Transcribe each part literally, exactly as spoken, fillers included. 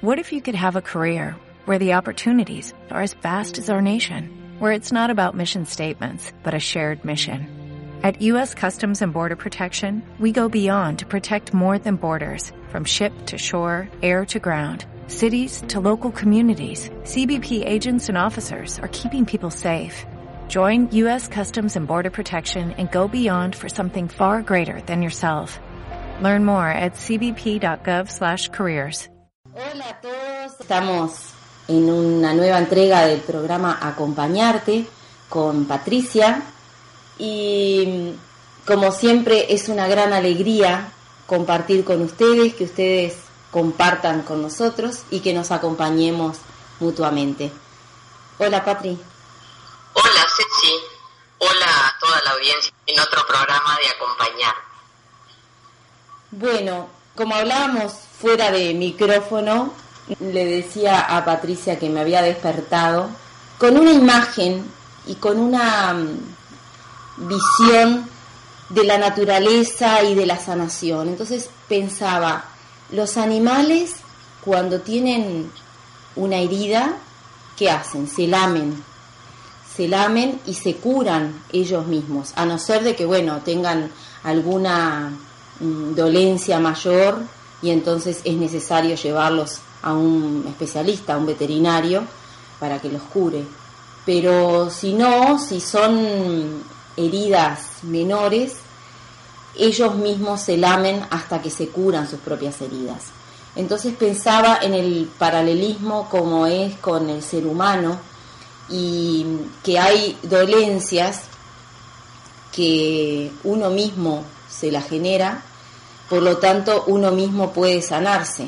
What if you could have a career where the opportunities are as vast as our nation, where it's not about mission statements, but a shared mission? At U S Customs and Border Protection, we go beyond to protect more than borders, from ship to shore, air to ground, cities to local communities. C B P agents and officers are keeping people safe. Join U S Customs and Border Protection and go beyond for something far greater than yourself. Learn more at c b p dot gov slash careers. Hola a todos, estamos en una nueva entrega del programa Acompañarte con Patricia y como siempre es una gran alegría compartir con ustedes, que ustedes compartan con nosotros y que nos acompañemos mutuamente. Hola Patri. Hola Ceci, hola a toda la audiencia en otro programa de Acompañar. Bueno, como hablábamos fuera de micrófono, le decía a Patricia que me había despertado con una imagen y con una visión de la naturaleza y de la sanación. Entonces pensaba, los animales cuando tienen una herida, ¿qué hacen? Se lamen, se lamen y se curan ellos mismos, a no ser de que, bueno, tengan alguna mm, dolencia mayor y entonces es necesario llevarlos a un especialista, a un veterinario, para que los cure. Pero si no, si son heridas menores, ellos mismos se lamen hasta que se curan sus propias heridas. Entonces pensaba en el paralelismo como es con el ser humano y que hay dolencias que uno mismo se las genera, por lo tanto uno mismo puede sanarse.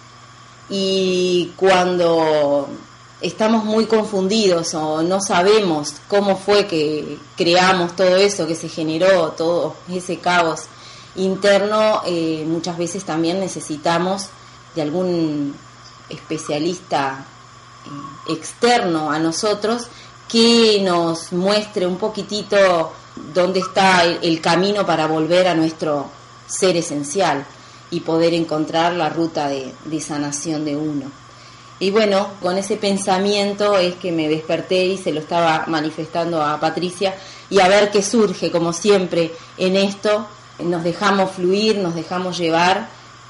Y cuando estamos muy confundidos o no sabemos cómo fue que creamos todo eso, que se generó todo ese caos interno, eh, muchas veces también necesitamos de algún especialista eh, externo a nosotros que nos muestre un poquitito dónde está el, el camino para volver a nuestro ser esencial y poder encontrar la ruta de, de sanación de uno. Y bueno, con ese pensamiento es que me desperté y se lo estaba manifestando a Patricia, y a ver qué surge, como siempre en esto, nos dejamos fluir, nos dejamos llevar,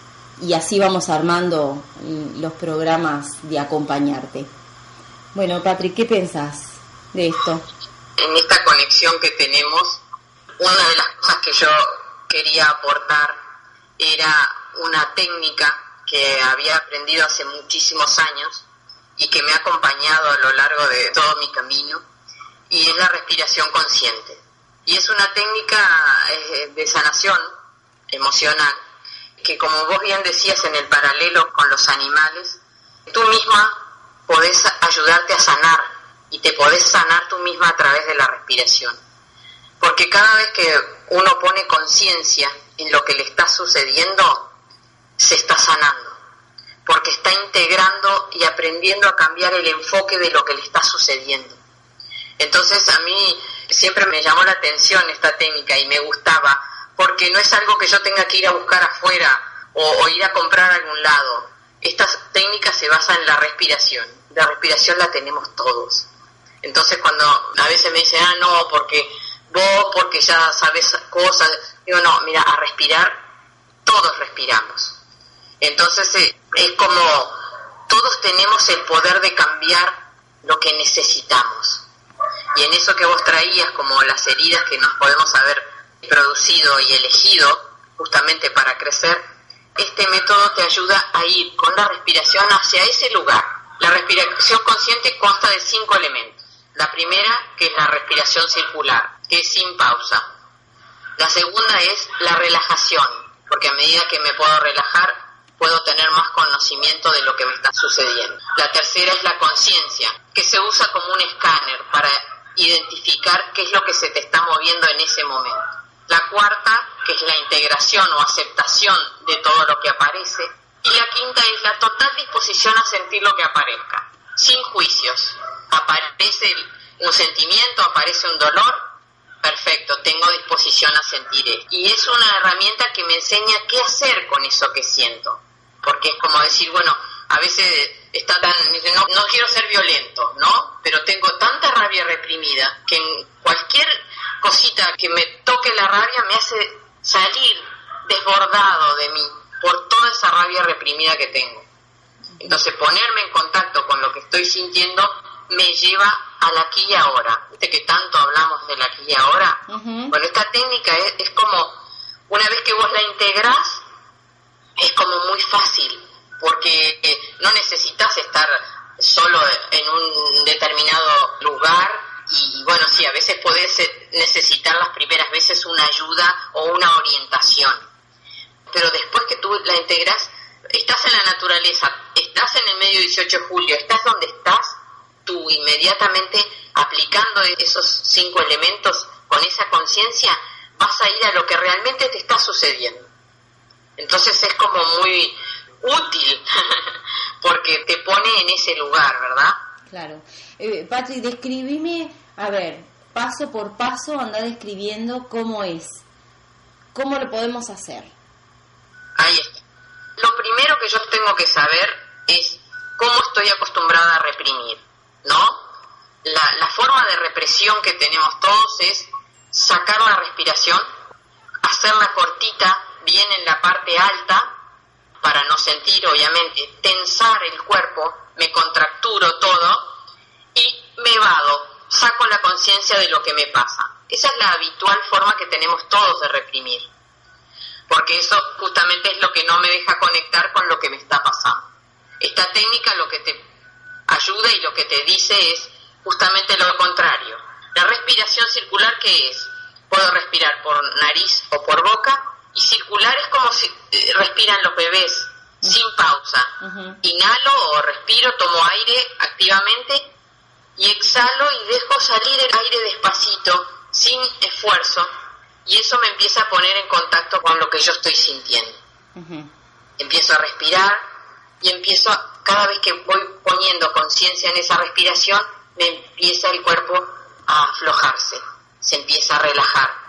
y así vamos armando los programas de Acompañarte. Bueno, Patri, ¿qué pensás de esto? En esta conexión que tenemos, una de las cosas que yo quería aportar era una técnica que había aprendido hace muchísimos años y que me ha acompañado a lo largo de todo mi camino, y es la respiración consciente. Y es una técnica de sanación emocional que, como vos bien decías en el paralelo con los animales, tú misma podés ayudarte a sanar y te podés sanar tú misma a través de la respiración. Porque cada vez que uno pone conciencia en lo que le está sucediendo, se está sanando, porque está integrando y aprendiendo a cambiar el enfoque de lo que le está sucediendo. Entonces a mí siempre me llamó la atención esta técnica y me gustaba, porque no es algo que yo tenga que ir a buscar afuera o, o ir a comprar a algún lado. Esta técnica se basa en la respiración. La respiración la tenemos todos. Entonces cuando a veces me dicen, ah, no, porque vos, porque ya sabes cosas, digo, no, mira, a respirar, todos respiramos. Entonces eh, es como todos tenemos el poder de cambiar lo que necesitamos. Y en eso que vos traías, como las heridas que nos podemos haber producido y elegido justamente para crecer, este método te ayuda a ir con la respiración hacia ese lugar. La respiración consciente consta de cinco elementos. La primera, que es la respiración circular, que es sin pausa. La segunda es la relajación, porque a medida que me puedo relajar, puedo tener más conocimiento de lo que me está sucediendo. La tercera es la conciencia, que se usa como un escáner para identificar qué es lo que se te está moviendo en ese momento. La cuarta, que es la integración o aceptación de todo lo que aparece. Y la quinta es la total disposición a sentir lo que aparezca, sin juicios. Aparece un sentimiento, aparece un dolor, perfecto, tengo disposición a sentir esto. Y es una herramienta que me enseña qué hacer con eso que siento. Porque es como decir, bueno, a veces está tan, no, no quiero ser violento, ¿no? Pero tengo tanta rabia reprimida que en cualquier cosita que me toque la rabia me hace salir desbordado de mí por toda esa rabia reprimida que tengo. Entonces ponerme en contacto con lo que estoy sintiendo me lleva al aquí y ahora. ¿Viste que tanto hablamos del aquí y ahora? Uh-huh. Bueno, esta técnica es, es como, una vez que vos la integrás, es como muy fácil, porque eh, no necesitas estar solo en un determinado lugar y, bueno, sí, a veces podés necesitar las primeras veces una ayuda o una orientación, pero después que tú la integrás, estás en la naturaleza, estás en el medio dieciocho de julio, estás donde estás, tú inmediatamente aplicando esos cinco elementos con esa conciencia, vas a ir a lo que realmente te está sucediendo. Entonces es como muy útil, porque te pone en ese lugar, ¿verdad? Claro. Eh, Patri, describime, a ver, paso por paso, anda describiendo cómo es, cómo lo podemos hacer. Ahí está. Lo primero que yo tengo que saber es cómo estoy acostumbrada a reprimir, ¿no? La, la forma de represión que tenemos todos es sacar la respiración, hacerla cortita, bien en la parte alta, para no sentir, obviamente, tensar el cuerpo, me contracturo todo y me vado, saco la conciencia de lo que me pasa. Esa es la habitual forma que tenemos todos de reprimir, porque eso justamente es lo que no me deja conectar con lo que me está pasando. Esta técnica lo que te ayuda y lo que te dice es justamente lo contrario. La respiración circular, ¿qué es? Puedo respirar por nariz o por boca, y circular es como si eh, respiran los bebés, uh-huh. sin pausa. Uh-huh. Inhalo o respiro, tomo aire activamente y exhalo y dejo salir el aire despacito, sin esfuerzo, y eso me empieza a poner en contacto con lo que yo estoy sintiendo. Uh-huh. Empiezo a respirar y empiezo, a, cada vez que voy poniendo conciencia en esa respiración, me empieza el cuerpo a aflojarse, se empieza a relajar.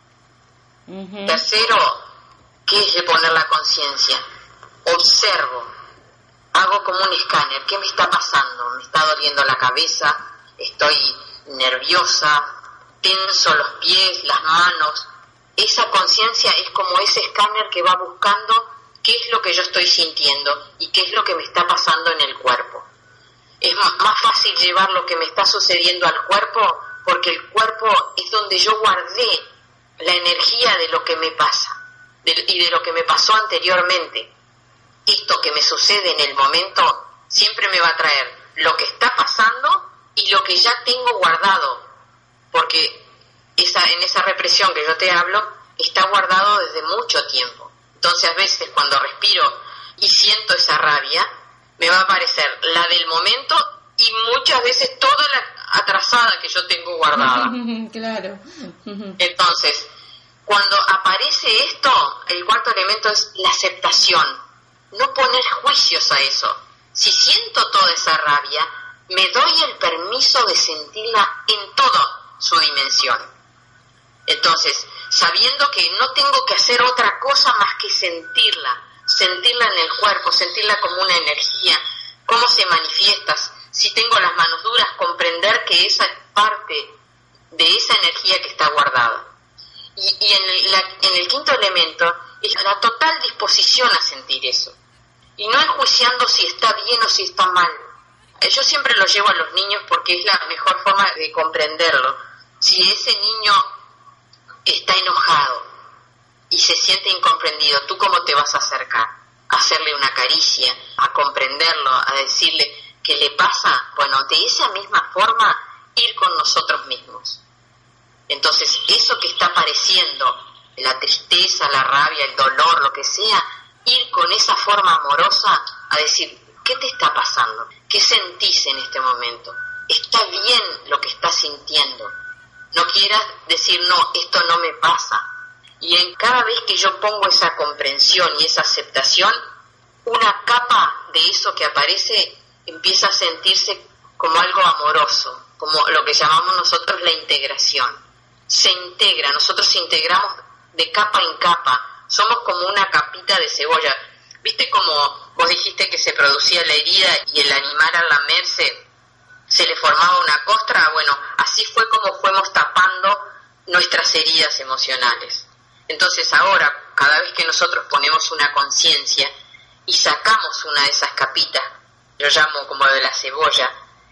Uh-huh. Tercero, ¿qué es de poner la conciencia? Observo, hago como un escáner, ¿qué me está pasando? ¿Me está doliendo la cabeza? ¿Estoy nerviosa? ¿Tenso los pies, las manos? Esa conciencia es como ese escáner que va buscando qué es lo que yo estoy sintiendo y qué es lo que me está pasando en el cuerpo. Es más fácil llevar lo que me está sucediendo al cuerpo, porque el cuerpo es donde yo guardé la energía de lo que me pasa de, y de lo que me pasó anteriormente. Esto que me sucede en el momento siempre me va a traer lo que está pasando y lo que ya tengo guardado, porque esa, en esa represión que yo te hablo está guardado desde mucho tiempo. Entonces a veces cuando respiro y siento esa rabia, me va a aparecer la del momento y muchas veces toda la atrasada que yo tengo guardada. Claro. Entonces, cuando aparece esto, el cuarto elemento es la aceptación. No poner juicios a eso. Si siento toda esa rabia, me doy el permiso de sentirla en toda su dimensión. Entonces, sabiendo que no tengo que hacer otra cosa más que sentirla, sentirla en el cuerpo, sentirla como una energía, cómo se manifiesta. Si tengo las manos duras, comprender que esa es parte de esa energía que está guardada. Y, y en, el, la, en el quinto elemento es la total disposición a sentir eso. Y no enjuiciando si está bien o si está mal. Yo siempre lo llevo a los niños porque es la mejor forma de comprenderlo. Si ese niño está enojado y se siente incomprendido, ¿tú cómo te vas a acercar? A hacerle una caricia, a comprenderlo, a decirle ¿qué le pasa? Bueno, de esa misma forma ir con nosotros mismos. Entonces, eso que está apareciendo, la tristeza, la rabia, el dolor, lo que sea, ir con esa forma amorosa a decir, ¿qué te está pasando? ¿Qué sentís en este momento? ¿Está bien lo que estás sintiendo? No quieras decir, no, esto no me pasa. Y en cada vez que yo pongo esa comprensión y esa aceptación, una capa de eso que aparece empieza a sentirse como algo amoroso, como lo que llamamos nosotros la integración. Se integra, nosotros integramos de capa en capa, somos como una capita de cebolla. ¿Viste como vos dijiste que se producía la herida y el animal al lamerse se le formaba una costra? Bueno, así fue como fuimos tapando nuestras heridas emocionales. Entonces ahora, cada vez que nosotros ponemos una conciencia y sacamos una de esas capitas, yo llamo como de la cebolla,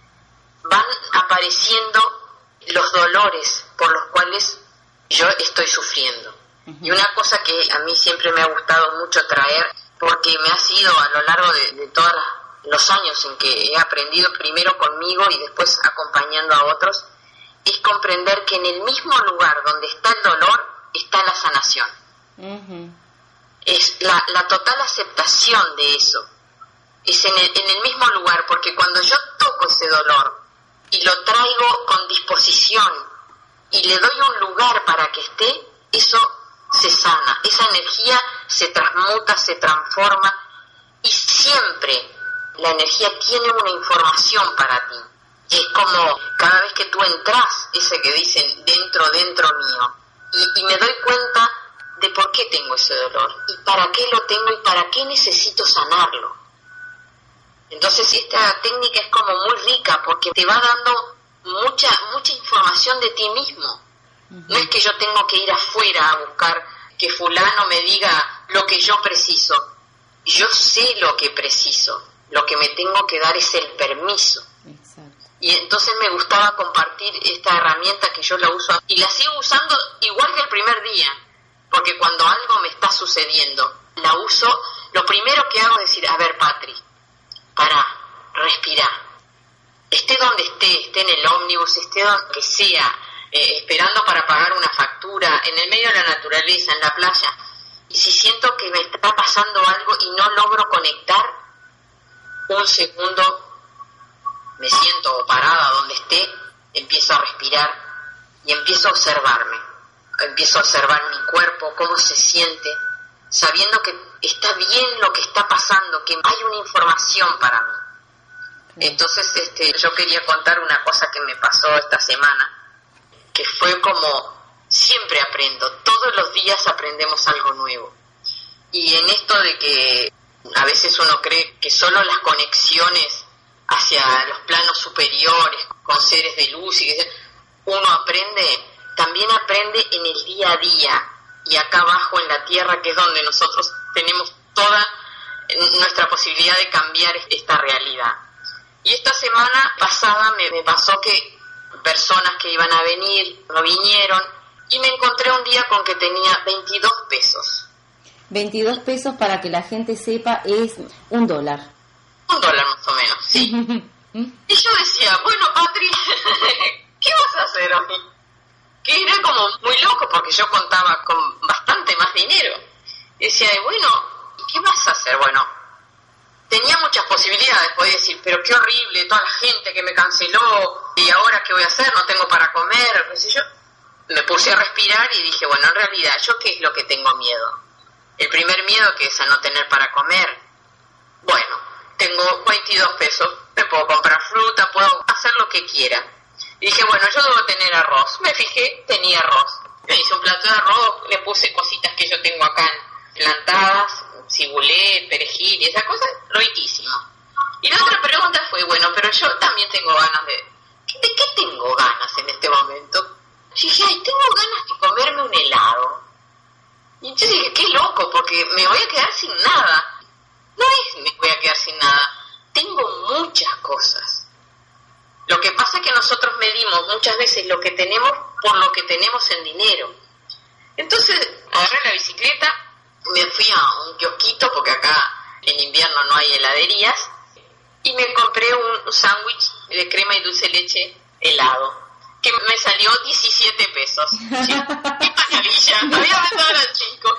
van apareciendo los dolores por los cuales yo estoy sufriendo. Uh-huh. Y una cosa que a mí siempre me ha gustado mucho traer, porque me ha sido a lo largo de, de todos los años en que he aprendido primero conmigo y después acompañando a otros, es comprender que en el mismo lugar donde está el dolor está la sanación. Uh-huh. Es la, la total aceptación de eso. Es en el, en el mismo lugar, porque cuando yo toco ese dolor y lo traigo con disposición y le doy un lugar para que esté, eso se sana, esa energía se transmuta, se transforma, y siempre la energía tiene una información para ti. Y es como cada vez que tú entras, ese que dicen dentro, dentro mío, y, y me doy cuenta de por qué tengo ese dolor, y para qué lo tengo, y para qué necesito sanarlo. Entonces esta técnica es como muy rica, porque te va dando mucha mucha información de ti mismo. Uh-huh. No es que yo tengo que ir afuera a buscar que fulano me diga lo que yo preciso. Yo sé lo que preciso, lo que me tengo que dar es el permiso. Exacto. Y entonces me gustaba compartir esta herramienta que yo la uso, y la sigo usando igual que el primer día, porque cuando algo me está sucediendo, la uso, lo primero que hago es decir, a ver, Patri, para, respirar, esté donde esté, esté en el ómnibus, esté donde sea, eh, esperando para pagar una factura, en el medio de la naturaleza, en la playa, y si siento que me está pasando algo y no logro conectar, un segundo me siento parada donde esté, empiezo a respirar y empiezo a observarme, empiezo a observar mi cuerpo, cómo se siente, sabiendo que está bien lo que está pasando, que hay una información para mí. Entonces este, yo quería contar una cosa que me pasó esta semana, que fue como, siempre aprendo, todos los días aprendemos algo nuevo. Y en esto de que a veces uno cree que solo las conexiones hacia los planos superiores, con seres de luz, y que uno aprende, también aprende en el día a día, y acá abajo en la tierra, que es donde nosotros tenemos toda nuestra posibilidad de cambiar esta realidad. Y esta semana pasada me, me pasó que personas que iban a venir no vinieron, y me encontré un día con que tenía veintidós pesos. veintidós pesos, para que la gente sepa, es un dólar. Un dólar más o menos, sí. Y yo decía, bueno, Patri, ¿qué vas a hacer hoy? Que era como muy loco, porque yo contaba con bastante más dinero. Y decía, bueno, ¿qué vas a hacer? Bueno, tenía muchas posibilidades, podía decir, pero qué horrible, toda la gente que me canceló, y ahora qué voy a hacer, no tengo para comer, qué sé yo. Me puse a respirar y dije, bueno, en realidad, ¿yo qué es lo que tengo miedo? El primer miedo, que es a no tener para comer. Bueno, tengo veintidós pesos, me puedo comprar fruta, puedo hacer lo que quiera. Y dije, bueno, yo debo tener arroz. Me fijé, tenía arroz. Me hice un plato de arroz, le puse cositas que yo tengo acá plantadas, cibulet, perejil y esas cosas, riquísimo. Y la otra pregunta fue, bueno, pero yo también tengo ganas de... ¿De qué tengo ganas en este momento? Y dije, ay, tengo ganas de comerme un helado. Y entonces dije, qué loco, porque me voy a quedar sin nada. No es me voy a quedar sin nada, tengo muchas cosas. Lo que pasa es que nosotros medimos muchas veces lo que tenemos por lo que tenemos en dinero. Entonces agarré la bicicleta, me fui a un kiosquito, porque acá en invierno no hay heladerías, y me compré un sándwich de crema y dulce de leche helado, que me salió diecisiete pesos. ¿Sí? ¡Qué maravilla! Había mandado al chico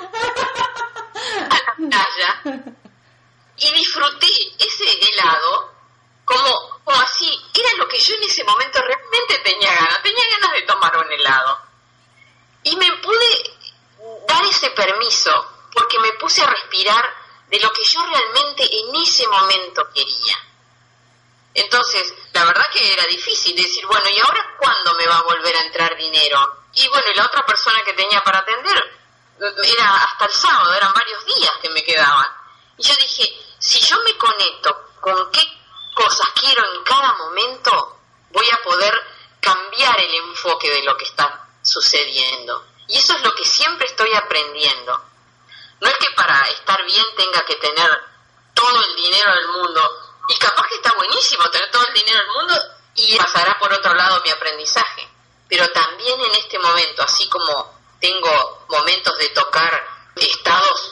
a la playa y disfruté ese helado como, como así. Era lo que yo en ese momento realmente tenía ganas. Tenía ganas de tomar un helado. Y me pude dar ese permiso porque me puse a respirar de lo que yo realmente en ese momento quería. Entonces, la verdad que era difícil decir, bueno, ¿y ahora cuándo me va a volver a entrar dinero? Y bueno, y la otra persona que tenía para atender era hasta el sábado, eran varios días que me quedaban. Y yo dije, si yo me conecto con qué cosas quiero en cada momento, voy a poder cambiar el enfoque de lo que está sucediendo. Y eso es lo que siempre estoy aprendiendo. No es que para estar bien tenga que tener todo el dinero del mundo, y capaz que está buenísimo tener todo el dinero del mundo y pasará por otro lado mi aprendizaje. Pero también en este momento, así como tengo momentos de tocar estados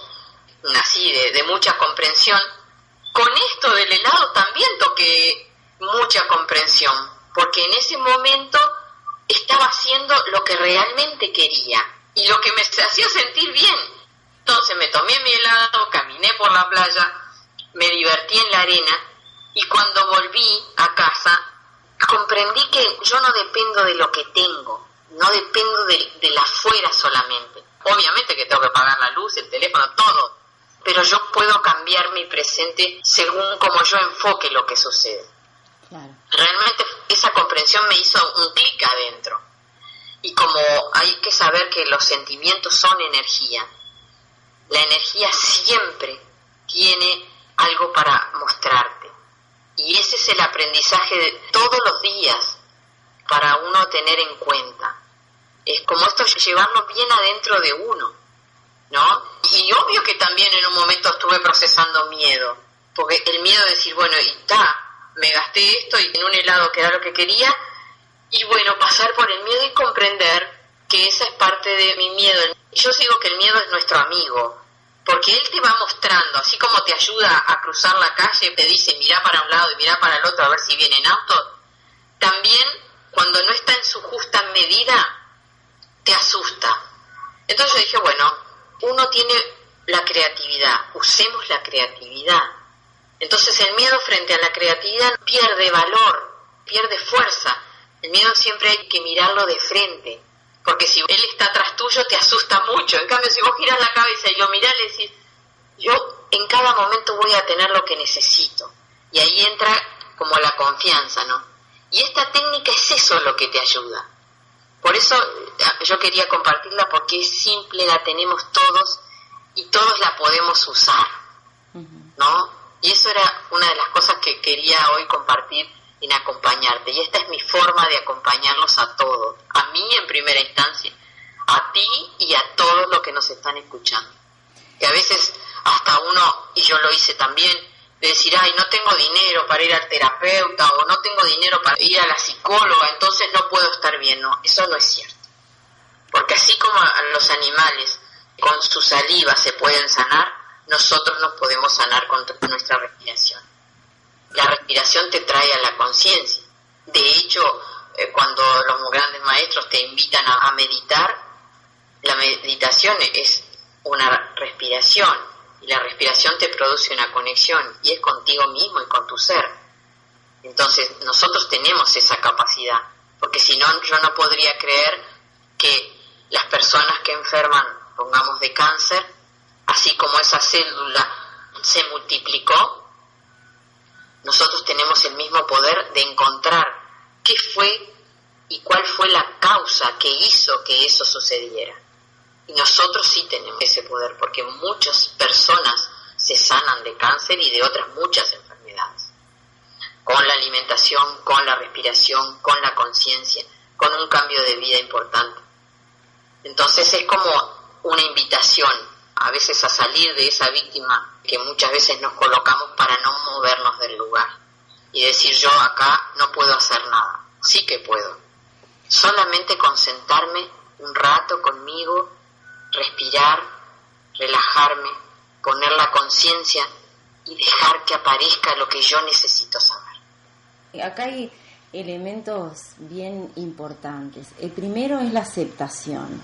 así de, de mucha comprensión, con esto del helado también toqué mucha comprensión, porque en ese momento estaba haciendo lo que realmente quería y lo que me hacía sentir bien. Entonces me tomé mi helado, caminé por la playa, me divertí en la arena, y cuando volví a casa comprendí que yo no dependo de lo que tengo, no dependo de, de la afuera solamente. Obviamente que tengo que pagar la luz, el teléfono, todo, pero yo puedo cambiar mi presente según como yo enfoque lo que sucede. Claro. Realmente esa comprensión me hizo un clic adentro. Y como hay que saber que los sentimientos son energía, la energía siempre tiene algo para mostrarte. Y ese es el aprendizaje de todos los días para uno tener en cuenta. Es como esto, llevarlo bien adentro de uno, ¿no? Y obvio que también en un momento estuve procesando miedo, porque el miedo de decir, bueno, y está, me gasté esto y en un helado que era lo que quería, y bueno, pasar por el miedo y comprender que esa es parte de mi miedo. Yo digo que el miedo es nuestro amigo, porque él te va mostrando, así como te ayuda a cruzar la calle, te dice mirá para un lado y mirá para el otro a ver si vienen autos, también cuando no está en su justa medida te asusta. Entonces yo dije, bueno, uno tiene la creatividad, usemos la creatividad. Entonces el miedo frente a la creatividad pierde valor, pierde fuerza. El miedo siempre hay que mirarlo de frente, porque si él está atrás tuyo te asusta mucho. En cambio, si vos girás la cabeza y lo mirás, le decís, yo en cada momento voy a tener lo que necesito. Y ahí entra como la confianza, ¿no? Y esta técnica es eso lo que te ayuda. Por eso yo quería compartirla, porque es simple, la tenemos todos y todos la podemos usar, ¿no? Y eso era una de las cosas que quería hoy compartir en acompañarte. Y esta es mi forma de acompañarlos a todos, a mí en primera instancia, a ti y a todos los que nos están escuchando. Que a veces hasta uno, y yo lo hice también, de decir, ay, no tengo dinero para ir al terapeuta, o no tengo dinero para ir a la psicóloga, entonces no puedo estar bien. No, eso no es cierto. Porque así como a los animales con su saliva se pueden sanar, nosotros nos podemos sanar con nuestra respiración. La respiración te trae a la conciencia. De hecho, eh, cuando los grandes maestros te invitan a, a meditar, la meditación es una respiración. Y la respiración te produce una conexión, y es contigo mismo y con tu ser. Entonces nosotros tenemos esa capacidad, porque si no, yo no podría creer que las personas que enferman, pongamos de cáncer, así como esa célula se multiplicó, nosotros tenemos el mismo poder de encontrar qué fue y cuál fue la causa que hizo que eso sucediera. Y nosotros sí tenemos ese poder, porque muchas personas se sanan de cáncer y de otras muchas enfermedades. Con la alimentación, con la respiración, con la conciencia, con un cambio de vida importante. Entonces es como una invitación, a veces a salir de esa víctima que muchas veces nos colocamos para no movernos del lugar. Y decir, yo acá no puedo hacer nada. Sí que puedo. Solamente con sentarme un rato conmigo, respirar, relajarme, poner la conciencia y dejar que aparezca lo que yo necesito saber. Acá hay elementos bien importantes. El primero es la aceptación.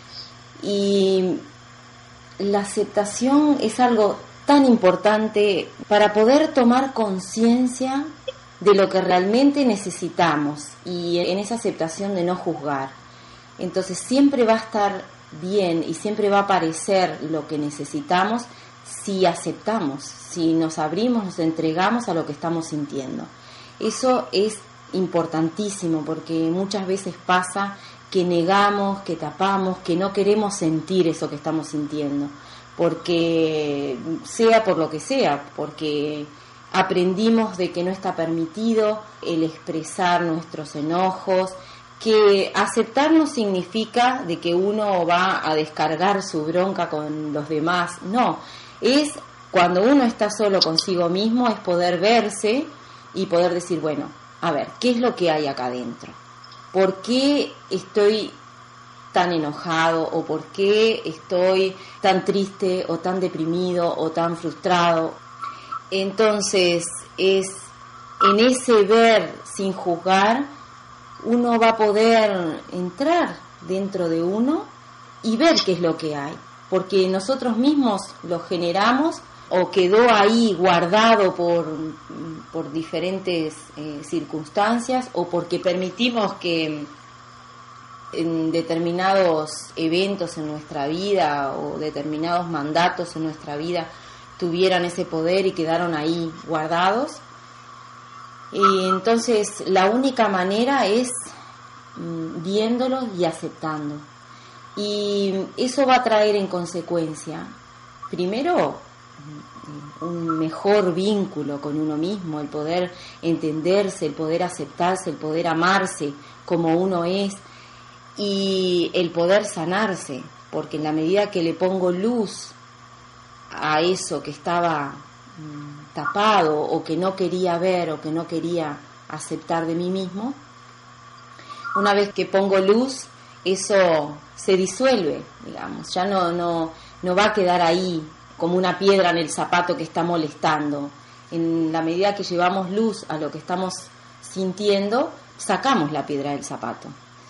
Y la aceptación es algo tan importante para poder tomar conciencia de lo que realmente necesitamos, y en esa aceptación de no juzgar. Entonces siempre va a estar bien y siempre va a aparecer lo que necesitamos si aceptamos, si nos abrimos, nos entregamos a lo que estamos sintiendo. Eso es importantísimo, porque muchas veces pasa que negamos, que tapamos, que no queremos sentir eso que estamos sintiendo, porque sea por lo que sea, porque aprendimos de que no está permitido el expresar nuestros enojos, que aceptar no significa de que uno va a descargar su bronca con los demás, no, es cuando uno está solo consigo mismo, es poder verse y poder decir, bueno, a ver, ¿qué es lo que hay acá adentro? ¿Por qué estoy tan enojado o por qué estoy tan triste o tan deprimido o tan frustrado? Entonces, es en ese ver sin juzgar, uno va a poder entrar dentro de uno y ver qué es lo que hay, porque nosotros mismos lo generamos o quedó ahí guardado por, por diferentes eh, circunstancias o porque permitimos que en determinados eventos en nuestra vida o determinados mandatos en nuestra vida tuvieran ese poder y quedaron ahí guardados. Y entonces la única manera es mm, viéndolos y aceptando. Y eso va a traer en consecuencia, primero, un mejor vínculo con uno mismo, el poder entenderse, el poder aceptarse, el poder amarse como uno es y el poder sanarse, porque en la medida que le pongo luz a eso que estaba mm, tapado o que no quería ver o que no quería aceptar de mí mismo, una vez que pongo luz, eso se disuelve, digamos, ya no, no, no va a quedar ahí como una piedra en el zapato que está molestando. En la medida que llevamos luz a lo que estamos sintiendo, sacamos la piedra del zapato.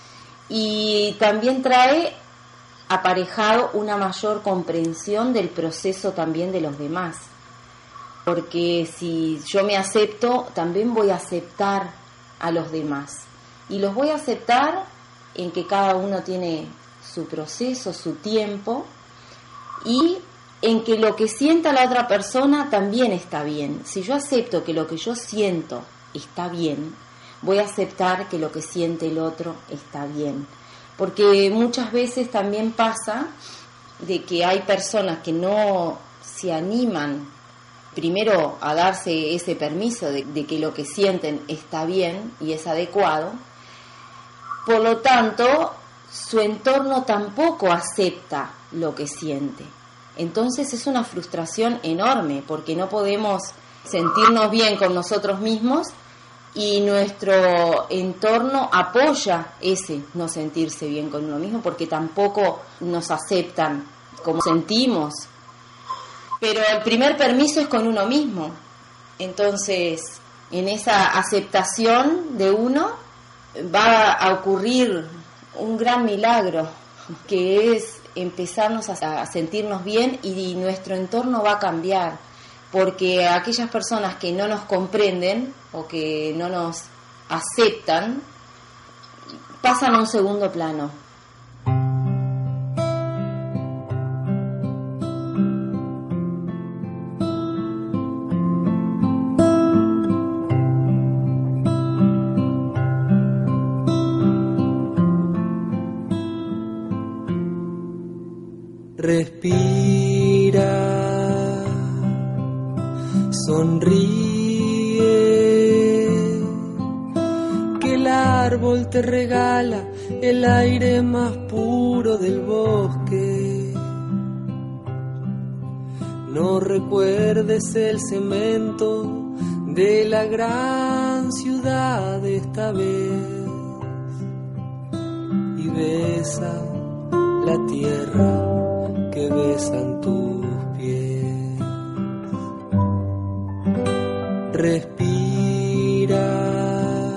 Y también trae aparejado una mayor comprensión del proceso también de los demás. Porque si yo me acepto, también voy a aceptar a los demás. Y los voy a aceptar en que cada uno tiene su proceso, su tiempo, y en que lo que sienta la otra persona también está bien. Si yo acepto que lo que yo siento está bien, voy a aceptar que lo que siente el otro está bien. Porque muchas veces también pasa de que hay personas que no se animan primero a darse ese permiso de, de que lo que sienten está bien y es adecuado. Por lo tanto, su entorno tampoco acepta lo que siente. Entonces es una frustración enorme porque no podemos sentirnos bien con nosotros mismos y nuestro entorno apoya ese no sentirse bien con uno mismo porque tampoco nos aceptan como sentimos. Pero el primer permiso es con uno mismo. Entonces, en esa aceptación de uno va a ocurrir un gran milagro que es empezarnos a sentirnos bien y nuestro entorno va a cambiar, porque aquellas personas que no nos comprenden o que no nos aceptan pasan a un segundo plano. Respira, sonríe, que el árbol te regala el aire más puro del bosque. No recuerdes el cemento de la gran ciudad esta vez y besa la tierra que besan tus pies. Respira,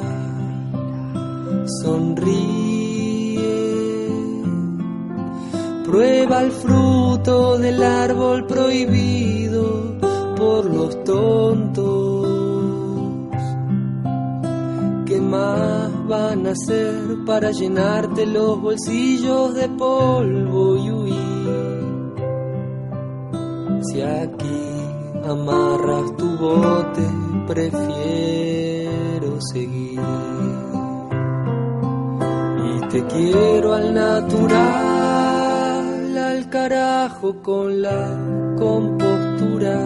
sonríe, prueba el fruto del árbol prohibido por los tontos. ¿Qué más van a hacer para llenarte los bolsillos de polvo y huir? Si aquí amarras tu bote, prefiero seguir. Y te quiero al natural, al al carajo con la compostura,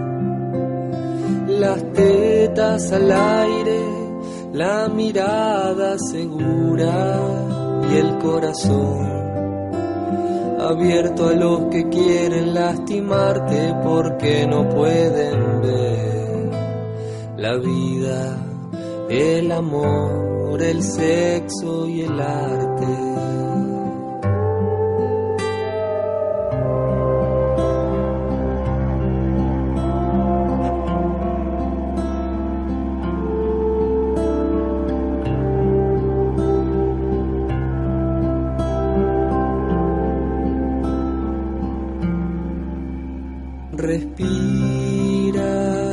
las tetas al aire, la mirada segura y el corazón abierto a los que quieren lastimarte porque no pueden ver la vida, el amor, el sexo y el arte. Respira,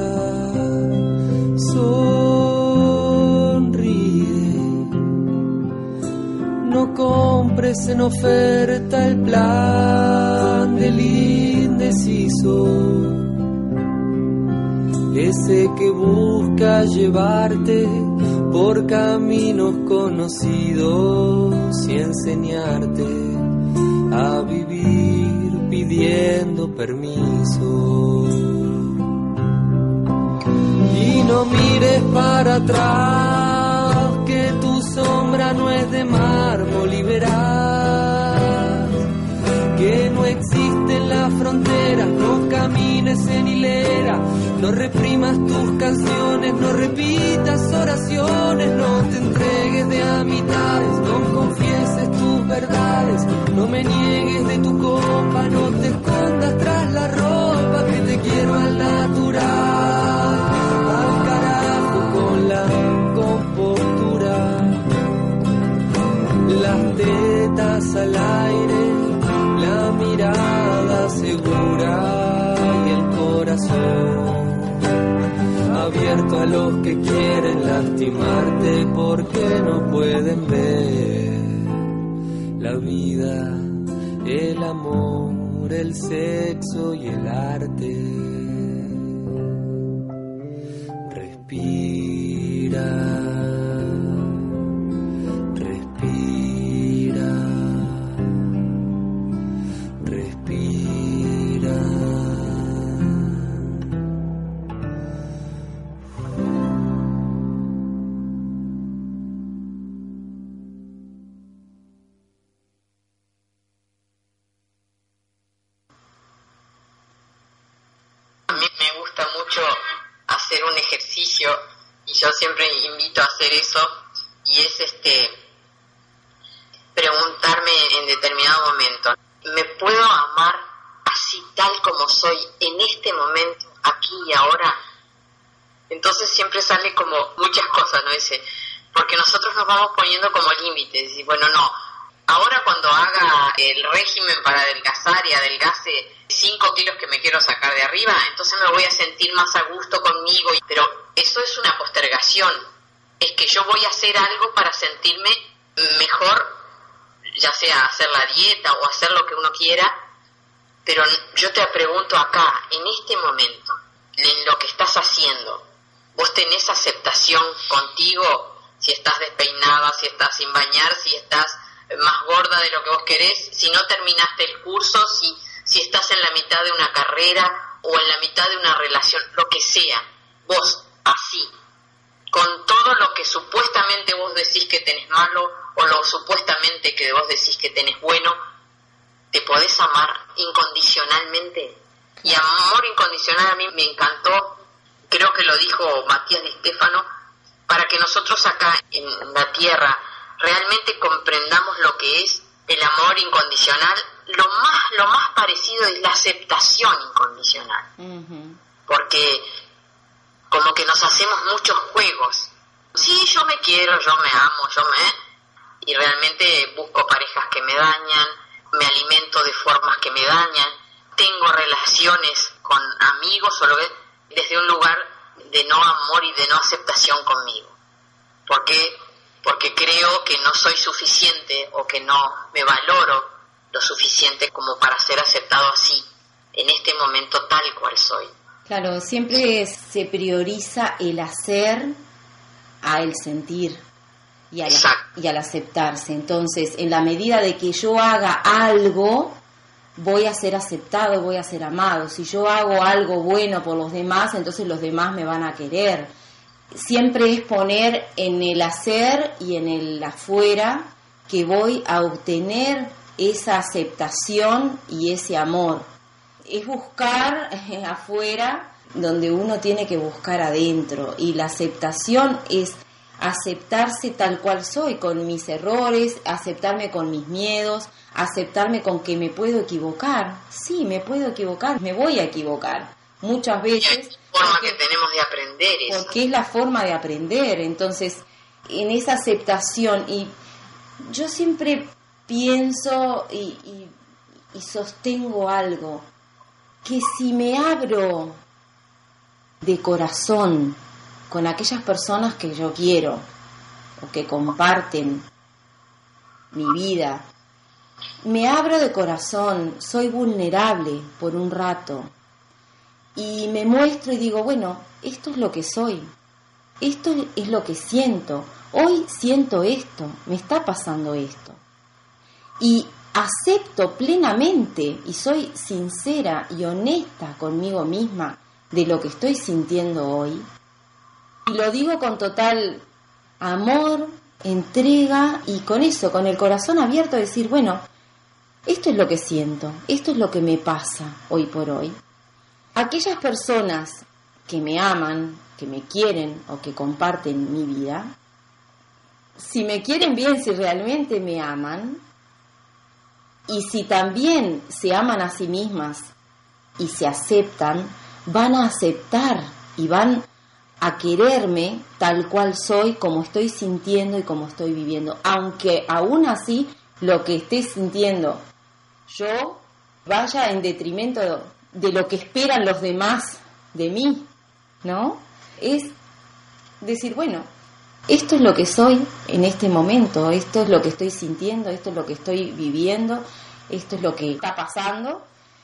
sonríe, no compres en oferta el plan del indeciso, ese que busca llevarte por caminos conocidos y enseñarte a vivir pidiendo permiso. Y no mires para atrás, que tu sombra no es de mármol, y verás que no existen las fronteras. No camines en hilera, no reprimas tus canciones, no repitas oraciones, no te entregues de a mitades, no confieses tus verdades, no me niegues de tu copa, no te escondas tras la ropa, que te quiero al natural, al carajo con la compostura, las tetas al aire, la mirada segura y el corazón abierto a los que quieren lastimarte porque no pueden ver la vida, el amor, el sexo y el arte. Respira. hacer un ejercicio, y yo siempre invito a hacer eso, y es este preguntarme en determinado momento, ¿me puedo amar así tal como soy en este momento, aquí y ahora? Entonces siempre sale como muchas cosas, ¿no? Ese, porque nosotros nos vamos poniendo como límites, y bueno, no, ahora cuando haga el régimen para adelgazar y adelgace cinco kilos que me quiero sacar de arriba, entonces me voy a sentir más a gusto conmigo, pero eso es una postergación, es que yo voy a hacer algo para sentirme mejor, ya sea hacer la dieta o hacer lo que uno quiera, pero yo te pregunto acá, en este momento, en lo que estás haciendo, ¿vos tenés aceptación contigo? Si estás despeinada, si estás sin bañar, si estás más gorda de lo que vos querés, si no terminaste el curso, si, si estás en la mitad de una carrera o en la mitad de una relación, lo que sea, vos así, con todo lo que supuestamente vos decís que tenés malo o lo supuestamente que vos decís que tenés bueno, ¿te podés amar incondicionalmente? Y amor incondicional a mí me encantó, creo que lo dijo Matías Di Stéfano, para que nosotros acá en la tierra realmente comprendamos lo que es el amor incondicional. Lo más lo más parecido es la aceptación incondicional, uh-huh. Porque como que nos hacemos muchos juegos. Sí, yo me quiero, yo me amo, yo me... y realmente busco parejas que me dañan, me alimento de formas que me dañan, tengo relaciones con amigos o lo que, desde un lugar de no amor y de no aceptación conmigo, porque porque creo que no soy suficiente o que no me valoro lo suficiente como para ser aceptado así, en este momento tal cual soy. Claro, siempre se prioriza el hacer a el sentir y al, y al aceptarse. Entonces, en la medida de que yo haga algo, voy a ser aceptado, voy a ser amado. Si yo hago algo bueno por los demás, entonces los demás me van a querer. Siempre es poner en el hacer y en el afuera que voy a obtener esa aceptación y ese amor. Es buscar afuera donde uno tiene que buscar adentro, y la aceptación es aceptarse tal cual soy, con mis errores, aceptarme con mis miedos, aceptarme con que me puedo equivocar. Sí, me puedo equivocar, me voy a equivocar muchas veces. Es la forma porque, que tenemos de aprender eso. Porque es la forma de aprender. Entonces, en esa aceptación, y yo siempre pienso y, y, y sostengo algo, que si me abro de corazón con aquellas personas que yo quiero o que comparten mi vida, me abro de corazón, soy vulnerable por un rato y me muestro y digo, bueno, esto es lo que soy, esto es lo que siento, hoy siento esto, me está pasando esto, y acepto plenamente y soy sincera y honesta conmigo misma de lo que estoy sintiendo hoy, y lo digo con total amor, entrega, y con eso, con el corazón abierto, decir, bueno, esto es lo que siento, esto es lo que me pasa hoy por hoy. Aquellas personas que me aman, que me quieren o que comparten mi vida, si me quieren bien, si realmente me aman, y si también se aman a sí mismas y se aceptan, van a aceptar y van a quererme tal cual soy, como estoy sintiendo y como estoy viviendo, aunque aún así lo que esté sintiendo yo vaya en detrimento de lo que esperan los demás de mí, ¿no? Es decir, bueno, esto es lo que soy en este momento, esto es lo que estoy sintiendo, esto es lo que estoy viviendo, esto es lo que está pasando,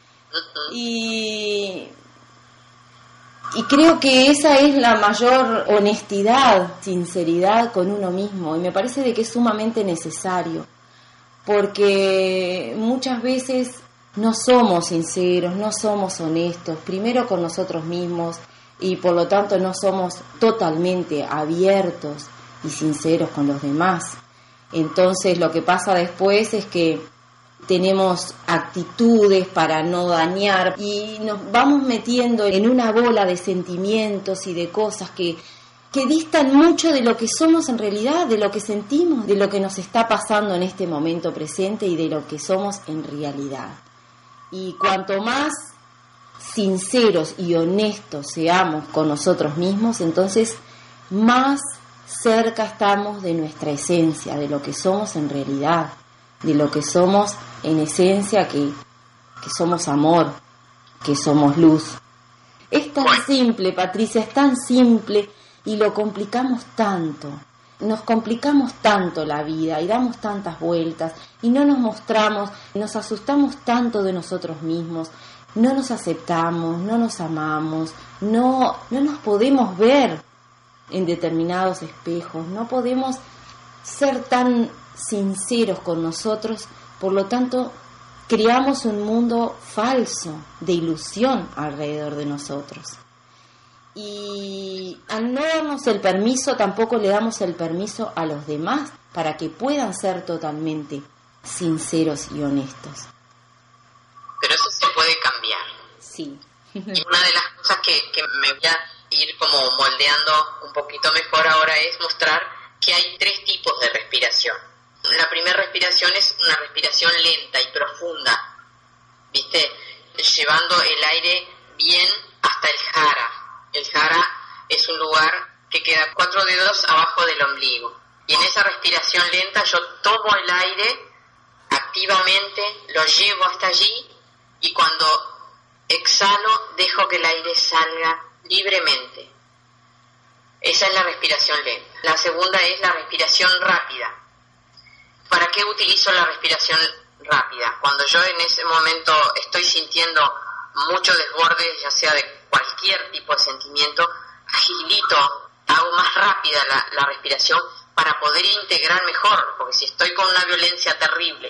y Y creo que esa es la mayor honestidad, sinceridad con uno mismo, y me parece de que es sumamente necesario, porque muchas veces no somos sinceros, no somos honestos, primero con nosotros mismos, y por lo tanto no somos totalmente abiertos y sinceros con los demás. Entonces lo que pasa después es que tenemos actitudes para no dañar y nos vamos metiendo en una bola de sentimientos y de cosas que, que distan mucho de lo que somos en realidad, de lo que sentimos, de lo que nos está pasando en este momento presente y de lo que somos en realidad. Y cuanto más sinceros y honestos seamos con nosotros mismos, entonces más cerca estamos de nuestra esencia, de lo que somos en realidad, de lo que somos en esencia, que, que somos amor, que somos luz. Es tan simple, Patricia, es tan simple, y lo complicamos tanto. Nos complicamos tanto la vida y damos tantas vueltas y no nos mostramos, nos asustamos tanto de nosotros mismos, no nos aceptamos, no nos amamos, no, no nos podemos ver en determinados espejos, no podemos ser tan sinceros con nosotros, por lo tanto creamos un mundo falso de ilusión alrededor de nosotros. Y al no darnos el permiso, tampoco le damos el permiso a los demás para que puedan ser totalmente sinceros y honestos. Pero eso se puede cambiar. Sí. Y una de las cosas que, que me voy a ir como moldeando un poquito mejor ahora es mostrar que hay tres tipos de respiración. La primera respiración es una respiración lenta y profunda, ¿viste? Llevando el aire bien hasta el jara. El jara es un lugar que queda cuatro dedos abajo del ombligo. Y en esa respiración lenta yo tomo el aire activamente, lo llevo hasta allí y cuando exhalo dejo que el aire salga libremente. Esa es la respiración lenta. La segunda es la respiración rápida. ¿Para qué utilizo la respiración rápida? Cuando yo en ese momento estoy sintiendo mucho desborde, ya sea de cualquier tipo de sentimiento, agilito, hago más rápida la, la respiración para poder integrar mejor, porque si estoy con una violencia terrible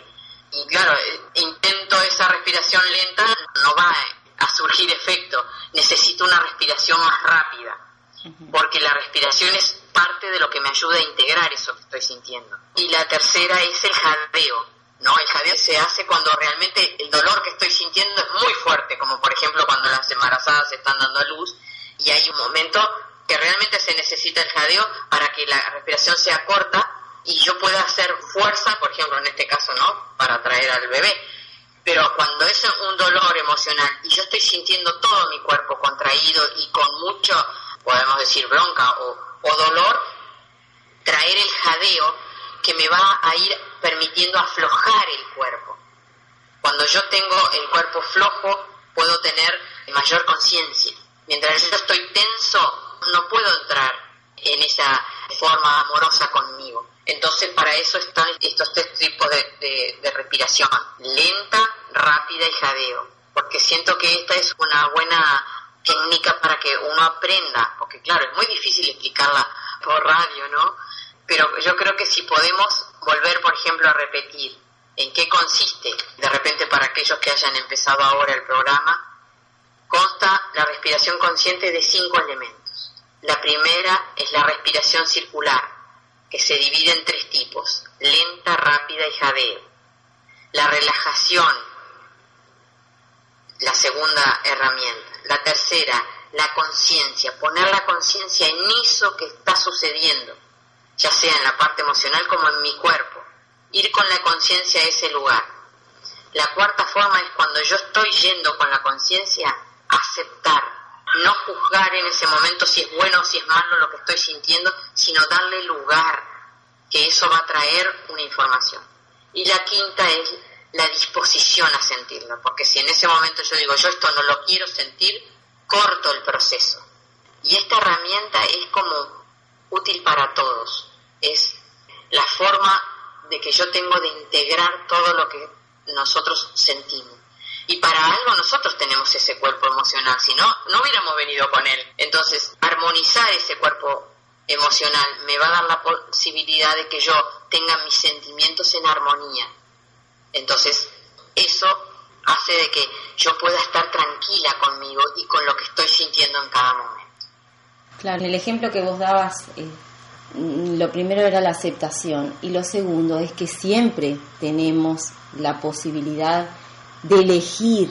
y claro, intento esa respiración lenta, no va a surgir efecto, necesito una respiración más rápida, porque la respiración es parte de lo que me ayuda a integrar eso que estoy sintiendo. Y la tercera es el jadeo, ¿no? El jadeo se hace cuando realmente el dolor que estoy sintiendo es muy fuerte, como por ejemplo cuando las embarazadas están dando a luz y hay un momento que realmente se necesita el jadeo para que la respiración sea corta y yo pueda hacer fuerza, por ejemplo en este caso, ¿no?, para traer al bebé. Pero cuando es un dolor emocional y yo estoy sintiendo todo mi cuerpo contraído y con mucho, podemos decir, bronca o, o dolor, traer el jadeo que me va a ir permitiendo aflojar el cuerpo. Cuando yo tengo el cuerpo flojo, puedo tener mayor conciencia. Mientras yo estoy tenso, no puedo entrar en esa forma amorosa conmigo. Entonces, para eso están estos tres tipos de, de, de respiración: lenta, rápida y jadeo. Porque siento que esta es una buena técnica para que uno aprenda. Porque, claro, es muy difícil explicarla por radio, ¿no? Pero yo creo que si podemos volver, por ejemplo, a repetir en qué consiste, de repente para aquellos que hayan empezado ahora el programa, consta la respiración consciente de cinco elementos. La primera es la respiración circular, que se divide en tres tipos: lenta, rápida y jadeo. La relajación, la segunda herramienta. La tercera, la conciencia, poner la conciencia en eso que está sucediendo, ya sea en la parte emocional como en mi cuerpo, ir con la conciencia a ese lugar. La cuarta forma es cuando yo estoy yendo con la conciencia, aceptar, no juzgar en ese momento si es bueno o si es malo lo que estoy sintiendo, sino darle lugar, que eso va a traer una información. Y la quinta es la disposición a sentirlo, porque si en ese momento yo digo, yo esto no lo quiero sentir, corto el proceso. Y esta herramienta es como útil para todos, es la forma de que yo tengo de integrar todo lo que nosotros sentimos. Y para algo nosotros tenemos ese cuerpo emocional, si no, no hubiéramos venido con él. Entonces, armonizar ese cuerpo emocional me va a dar la posibilidad de que yo tenga mis sentimientos en armonía. Entonces, eso hace de que yo pueda estar tranquila conmigo y con lo que estoy sintiendo en cada momento. Claro, el ejemplo que vos dabas, eh, lo primero era la aceptación y lo segundo es que siempre tenemos la posibilidad de elegir.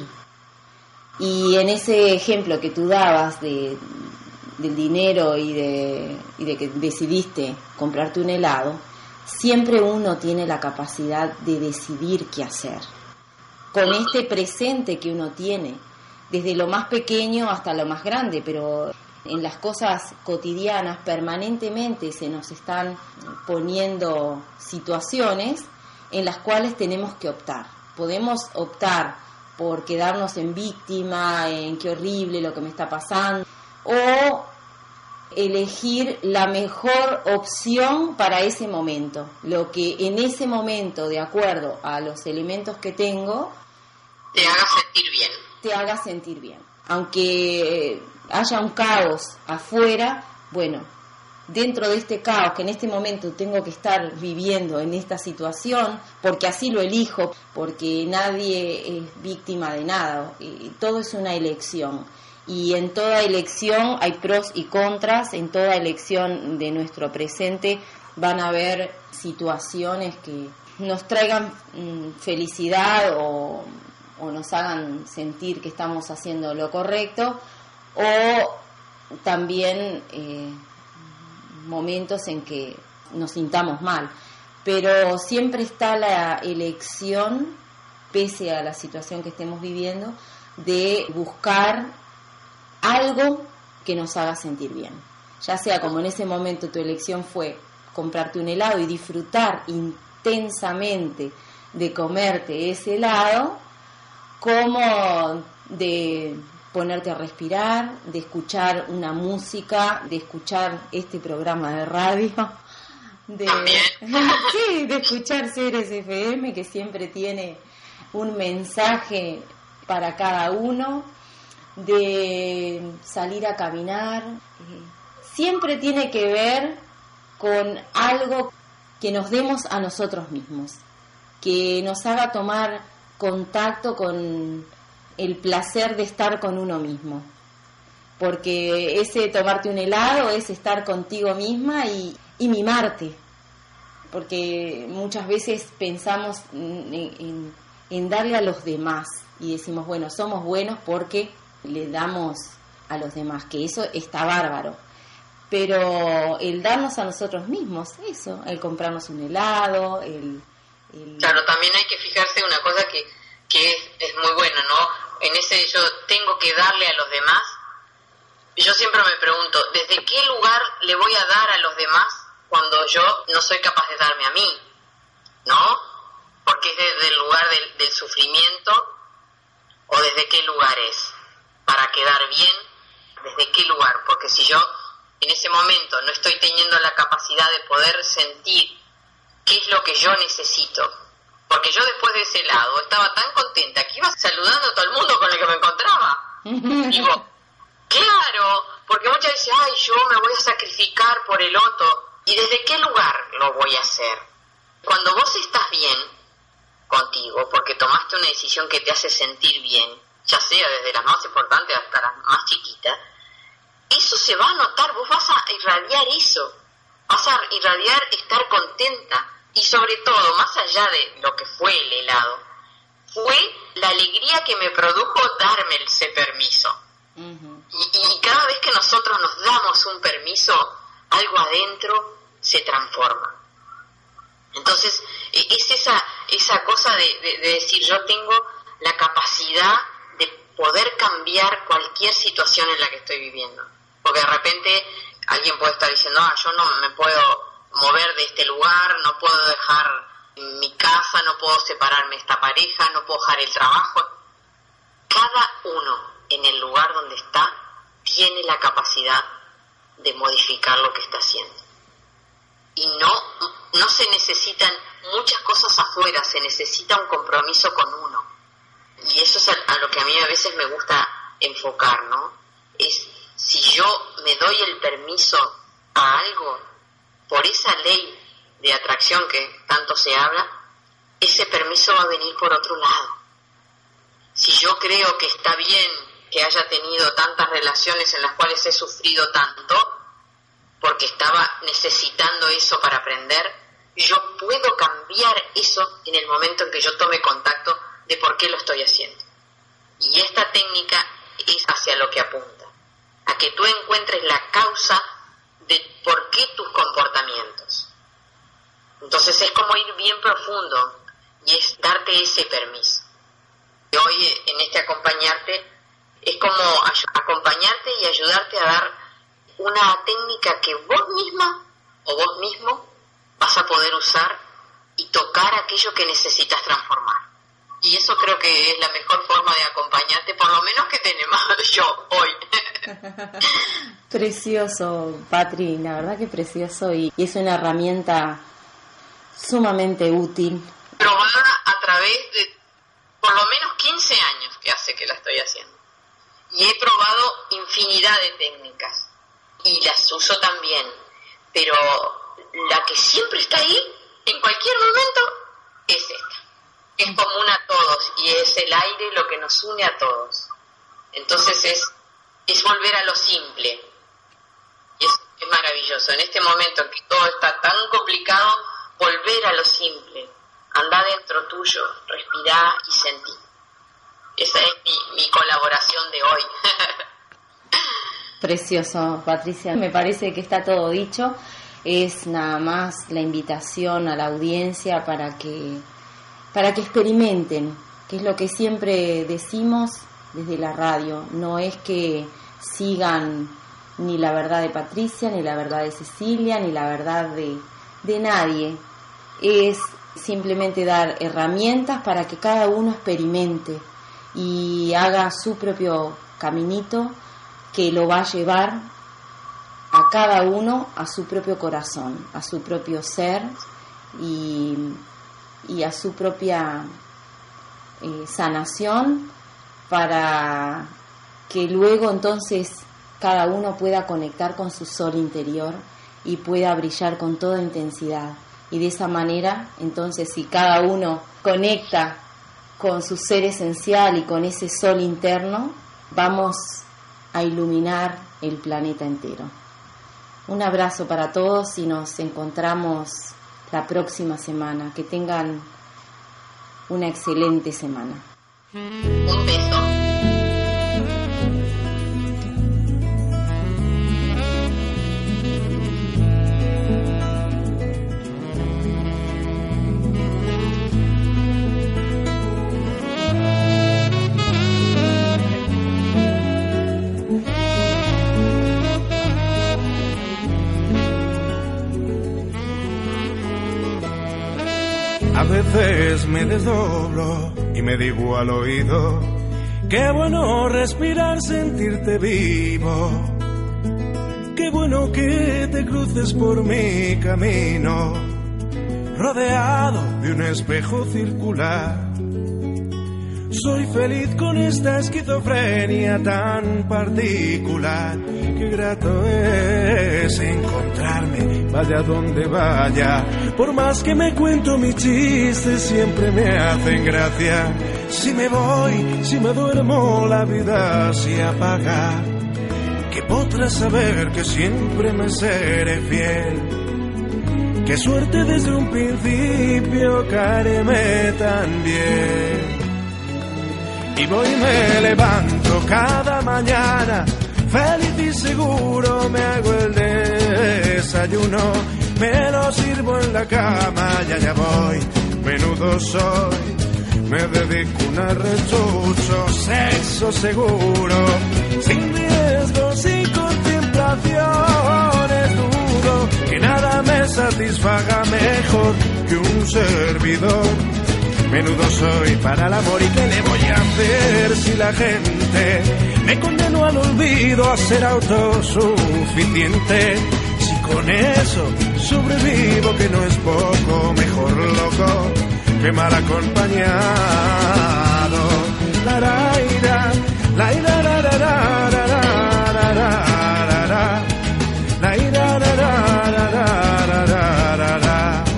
Y en ese ejemplo que tú dabas de, del dinero y de, y de que decidiste comprarte un helado, siempre uno tiene la capacidad de decidir qué hacer. Con este presente que uno tiene, desde lo más pequeño hasta lo más grande, pero en las cosas cotidianas permanentemente se nos están poniendo situaciones en las cuales tenemos que optar. Podemos optar por quedarnos en víctima, en qué horrible lo que me está pasando, o elegir la mejor opción para ese momento, lo que en ese momento, de acuerdo a los elementos que tengo, te haga sentir bien. Te haga sentir bien. Aunque haya un caos afuera, bueno, dentro de este caos que en este momento tengo que estar viviendo en esta situación, porque así lo elijo, porque nadie es víctima de nada, y todo es una elección. Y en toda elección hay pros y contras, en toda elección de nuestro presente van a haber situaciones que nos traigan mmm, felicidad o, o nos hagan sentir que estamos haciendo lo correcto, o también eh, momentos en que nos sintamos mal. Pero siempre está la elección, pese a la situación que estemos viviendo, de buscar algo que nos haga sentir bien, ya sea como en ese momento tu elección fue comprarte un helado y disfrutar intensamente de comerte ese helado, como de ponerte a respirar, de escuchar una música, de escuchar este programa de radio, de, sí, de escuchar Ceres F M, que siempre tiene un mensaje para cada uno, de salir a caminar, eh, siempre tiene que ver con algo que nos demos a nosotros mismos. que nos haga tomar contacto con el placer de estar con uno mismo. Porque ese tomarte un helado es estar contigo misma y, y mimarte. Porque muchas veces pensamos en, en, en darle a los demás y decimos, bueno, somos buenos porque le damos a los demás, que eso está bárbaro. Pero el darnos a nosotros mismos, eso, el comprarnos un helado, el... el... Claro, también hay que fijarse una cosa que, que es, es muy buena, ¿no? En ese yo tengo que darle a los demás. Yo siempre me pregunto, ¿desde qué lugar le voy a dar a los demás cuando yo no soy capaz de darme a mí? ¿No? Porque es desde el lugar del, del sufrimiento, o desde qué lugar es, para quedar bien, desde qué lugar, porque si yo en ese momento no estoy teniendo la capacidad de poder sentir qué es lo que yo necesito, porque yo después de ese helado estaba tan contenta que iba saludando a todo el mundo con el que me encontraba. Digo, claro, porque muchas veces, ay, yo me voy a sacrificar por el otro, ¿y desde qué lugar lo voy a hacer? Cuando vos estás bien contigo, porque tomaste una decisión que te hace sentir bien, ya sea desde las más importantes hasta las más chiquitas, eso se va a notar, vos vas a irradiar eso, vas a irradiar estar contenta, y sobre todo, más allá de lo que fue el helado, fue la alegría que me produjo darme ese permiso. Uh-huh. y, y cada vez que nosotros nos damos un permiso, algo adentro se transforma. Entonces, es esa, esa cosa de, de, de decir, yo tengo la capacidad de poder cambiar cualquier situación en la que estoy viviendo. Porque de repente alguien puede estar diciendo, ah, yo no me puedo mover de este lugar, no puedo dejar mi casa, no puedo separarme de esta pareja, no puedo dejar el trabajo. Cada uno en el lugar donde está tiene la capacidad de modificar lo que está haciendo. Y no, no se necesitan muchas cosas afuera, se necesita un compromiso con uno. Y eso es a, a lo que a mí a veces me gusta enfocar, ¿no? Es si yo me doy el permiso a algo, por esa ley de atracción que tanto se habla, ese permiso va a venir por otro lado. Si yo creo que está bien que haya tenido tantas relaciones en las cuales he sufrido tanto, porque estaba necesitando eso para aprender, yo puedo cambiar eso en el momento en que yo tome contacto de por qué lo estoy haciendo. Y esta técnica es hacia lo que apunta, a que tú encuentres la causa de por qué tus comportamientos. Entonces es como ir bien profundo y es darte ese permiso. Y hoy en este acompañarte es como acompañarte y ayudarte a dar una técnica que vos misma o vos mismo vas a poder usar y tocar aquello que necesitas transformar. Y eso creo que es la mejor forma de acompañarte, por lo menos que tenemos yo hoy. Precioso, Patri, la verdad que precioso, y, y es una herramienta sumamente útil. Probada a través de por lo menos quince años que hace que la estoy haciendo. Y he probado infinidad de técnicas y las uso también, pero la que siempre está ahí, en cualquier momento, es esta. Es común a todos y es el aire lo que nos une a todos. Entonces es, es volver a lo simple. Y es, es maravilloso. En este momento en que todo está tan complicado, volver a lo simple. Andá dentro tuyo, respirá y sentí. Esa es mi, mi colaboración de hoy. Precioso, Patricia. Me parece que está todo dicho. Es nada más la invitación a la audiencia para que, para que experimenten, que es lo que siempre decimos desde la radio. No es que sigan ni la verdad de Patricia, ni la verdad de Cecilia, ni la verdad de, de nadie. Es simplemente dar herramientas para que cada uno experimente y haga su propio caminito que lo va a llevar a cada uno a su propio corazón, a su propio ser y, y a su propia eh, sanación, para que luego entonces cada uno pueda conectar con su sol interior y pueda brillar con toda intensidad, y de esa manera, entonces, si cada uno conecta con su ser esencial y con ese sol interno, vamos a iluminar el planeta entero. Un abrazo para todos y nos encontramos la próxima semana. Que tengan una excelente semana. Un beso. A veces me desdoblo y me digo al oído, qué bueno respirar, sentirte vivo. Qué bueno que te cruces por mi camino, rodeado de un espejo circular. Soy feliz con esta esquizofrenia tan particular. Qué grato es encontrarme, vaya donde vaya. Por más que me cuento mis chistes, siempre me hacen gracia. Si me voy, si me duermo, la vida se apaga. Que podrás saber que siempre me seré fiel. Qué suerte desde un principio caerme tan bien. Y voy y me levanto cada mañana, feliz y seguro me hago el desayuno, me lo sirvo en la cama, ya ya voy, menudo soy, me dedico un arrechucho, sexo seguro, sin riesgo, sin contemplación, es duro, que nada me satisfaga mejor que un servidor. Menudo soy para el amor y qué le voy a hacer si la gente me condenó al olvido, a ser autosuficiente. Si con eso sobrevivo, que no es poco, mejor loco que mal acompañado. La la ira, la ira, la la la la la la la ira, la la la la la la.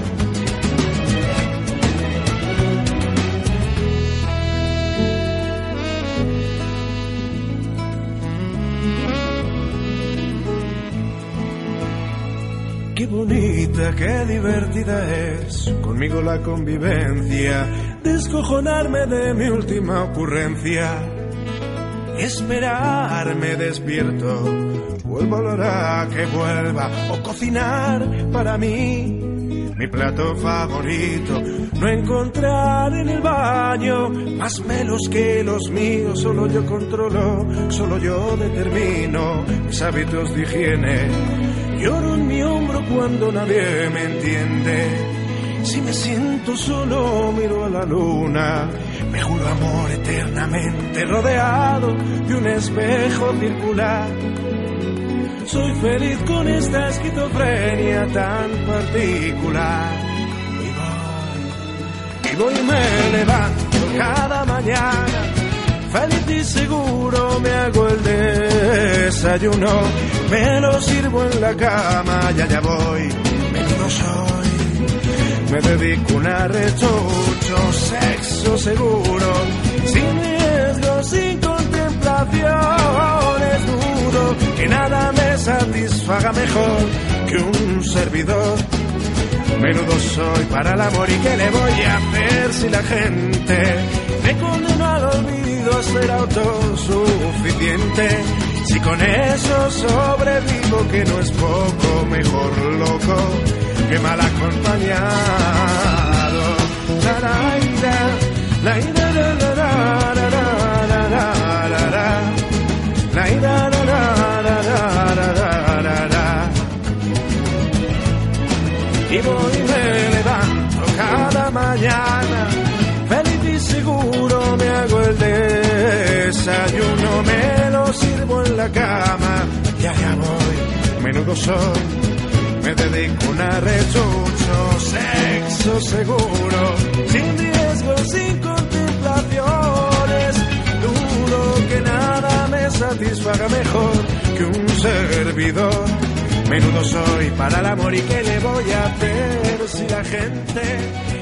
Qué bonita, qué divertida es conmigo la convivencia, descojonarme de mi última ocurrencia, esperarme despierto, vuelvo a la hora que vuelva, o cocinar para mí mi plato favorito, no encontrar en el baño más melos que los míos, solo yo controlo, solo yo determino mis hábitos de higiene. Lloro en mi hombro cuando nadie me entiende. Si me siento solo, miro a la luna. Me juro amor eternamente rodeado de un espejo circular. Soy feliz con esta esquizofrenia tan particular. Y voy, y voy y me levanto cada mañana. Feliz y seguro me hago el desayuno, me lo sirvo en la cama, ya ya voy, menudo soy, me dedico un arrechucho, sexo seguro, sin riesgo, sin contemplación, es duro, que nada me satisfaga mejor que un servidor. Menudo soy para el amor y qué le voy a hacer si la gente me condenó al olvido, a ser autosuficiente. Si con eso sobrevivo, que no es poco, mejor loco que mal acompañado. La la ira, la ira, la la la la la la la la ira, la la la la la la. Y voy y me levanto cada mañana, feliz y seguro me hago el desayuno, me lo sirvo en la cama, ya ya voy, menudo soy, me dedico un arrechucho, sexo seguro, sin riesgo, sin contemplaciones, duro, que nada me satisfaga mejor que un servidor. Menudo soy para el amor y qué le voy a hacer si la gente